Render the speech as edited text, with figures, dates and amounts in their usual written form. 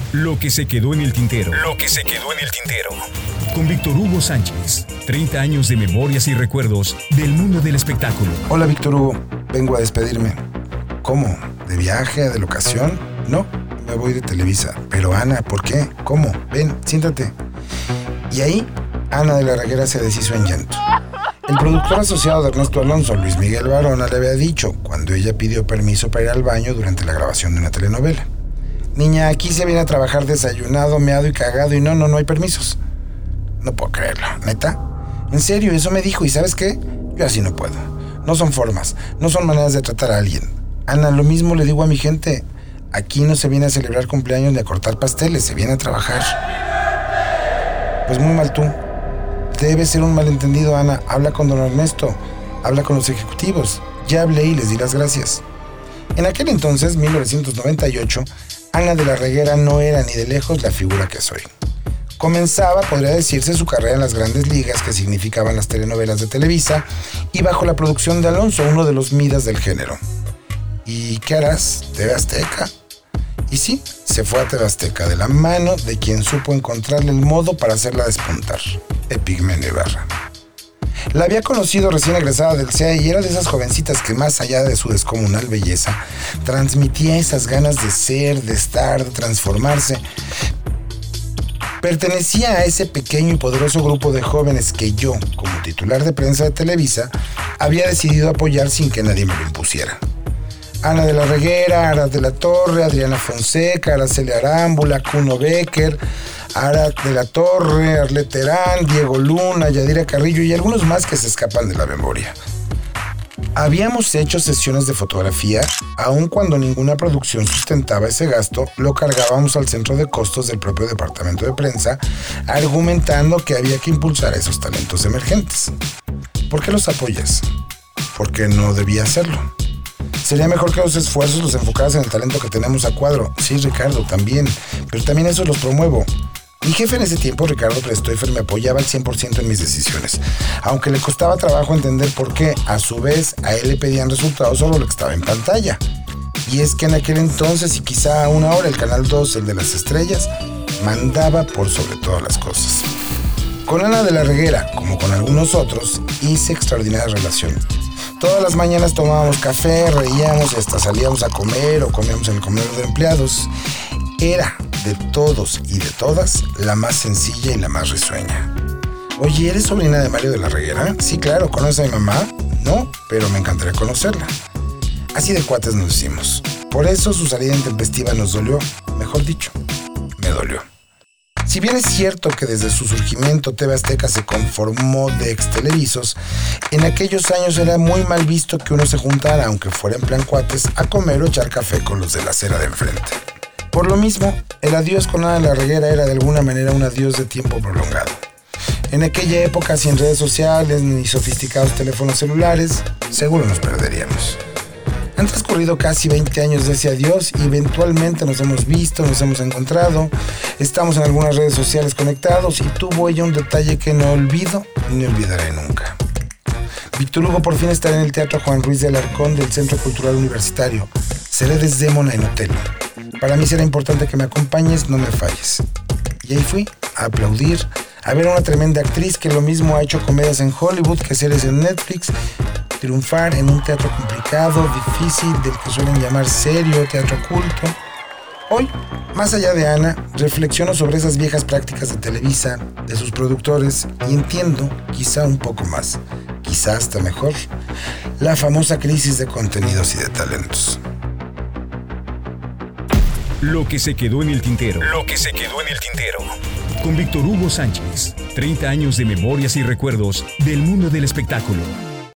Lo que se quedó en el tintero. Lo que se quedó en el tintero. Con Víctor Hugo Sánchez. 30 años de memorias y recuerdos del mundo del espectáculo. Hola, Víctor Hugo. Vengo a despedirme. ¿Cómo? ¿De viaje? ¿De locación? No, me voy de Televisa. Pero Ana, ¿por qué? ¿Cómo? Ven, siéntate. Y ahí, Ana de la Reguera se deshizo en llanto. El productor asociado de Ernesto Alonso, Luis Miguel Barona, le había dicho, cuando ella pidió permiso para ir al baño durante la grabación de una telenovela: niña, aquí se viene a trabajar desayunado, meado y cagado y no hay permisos. No puedo creerlo, ¿neta? En serio, eso me dijo, y ¿sabes qué? Yo así no puedo. No son formas, no son maneras de tratar a alguien. Ana, lo mismo le digo a mi gente. Aquí no se viene a celebrar cumpleaños ni a cortar pasteles, se viene a trabajar. Pues muy mal tú. Debe ser un malentendido, Ana. Habla con don Ernesto, habla con los ejecutivos. Ya hablé y les di las gracias. En aquel entonces, 1998, Ana de la Reguera no era ni de lejos la figura que soy. Comenzaba, podría decirse, su carrera en las grandes ligas que significaban las telenovelas de Televisa y bajo la producción de Alonso, uno de los Midas del género. ¿Y qué harás? ¿TV Azteca? Y sí, se fue a TV Azteca de la mano de quien supo encontrarle el modo para hacerla despuntar, Epigmenio Ibarra. La había conocido recién egresada del CEA y era de esas jovencitas que, más allá de su descomunal belleza, transmitía esas ganas de ser, de estar, de transformarse. Pertenecía a ese pequeño y poderoso grupo de jóvenes que yo, como titular de prensa de Televisa, había decidido apoyar sin que nadie me lo impusiera. Ana de la Reguera, Ara de la Torre, Adriana Fonseca, Araceli Arámbula, Kuno Becker, Ara de la Torre, Arlet Terán, Diego Luna, Yadira Carrillo y algunos más que se escapan de la memoria. Habíamos hecho sesiones de fotografía, aun cuando ninguna producción sustentaba ese gasto, lo cargábamos al centro de costos del propio departamento de prensa, argumentando que había que impulsar a esos talentos emergentes. ¿Por qué los apoyas? Porque no debía hacerlo. Sería mejor que los esfuerzos los enfocaras en el talento que tenemos a cuadro. Sí, Ricardo, también. Pero también eso los promuevo. Mi jefe en ese tiempo, Ricardo Prestoifer, me apoyaba al 100% en mis decisiones, aunque le costaba trabajo entender por qué, a su vez, a él le pedían resultados sobre lo que estaba en pantalla. Y es que en aquel entonces, y quizá aún ahora, el Canal 2, el de las estrellas, mandaba por sobre todas las cosas. Con Ana de la Reguera, como con algunos otros, hice extraordinaria relación. Todas las mañanas tomábamos café, reíamos y hasta salíamos a comer o comíamos en el comedor de empleados. Era, de todos y de todas, la más sencilla y la más risueña. Oye, ¿eres sobrina de Mario de la Reguera? Sí, claro. ¿Conoces a mi mamá? No, pero me encantaría conocerla. Así de cuates nos hicimos. Por eso su salida intempestiva nos dolió. Mejor dicho, me dolió. Si bien es cierto que desde su surgimiento TV Azteca se conformó de extelevisos, en aquellos años era muy mal visto que uno se juntara, aunque fuera en plan cuates, a comer o echar café con los de la acera de enfrente. Por lo mismo, el adiós con Ana de la Reguera era de alguna manera un adiós de tiempo prolongado. En aquella época, sin redes sociales ni sofisticados teléfonos celulares, seguro nos perderíamos. Han transcurrido casi 20 años de ese adiós y eventualmente nos hemos visto, nos hemos encontrado, estamos en algunas redes sociales conectados y tuvo ella un detalle que no olvido ni olvidaré nunca. Víctor Hugo, por fin estaré en el Teatro Juan Ruiz de Alarcón del Centro Cultural Universitario. Seré Desdémona en Otelo. Para mí será importante que me acompañes, no me falles. Y ahí fui, a aplaudir, a ver a una tremenda actriz que lo mismo ha hecho comedias en Hollywood que series en Netflix, triunfar en un teatro complicado, difícil, del que suelen llamar serio, teatro culto. Hoy, más allá de Ana, reflexiono sobre esas viejas prácticas de Televisa, de sus productores, y entiendo, quizá un poco más, quizá hasta mejor, la famosa crisis de contenidos y de talentos. Lo que se quedó en el tintero. Lo que se quedó en el tintero. Con Víctor Hugo Sánchez. 30 años de memorias y recuerdos del mundo del espectáculo.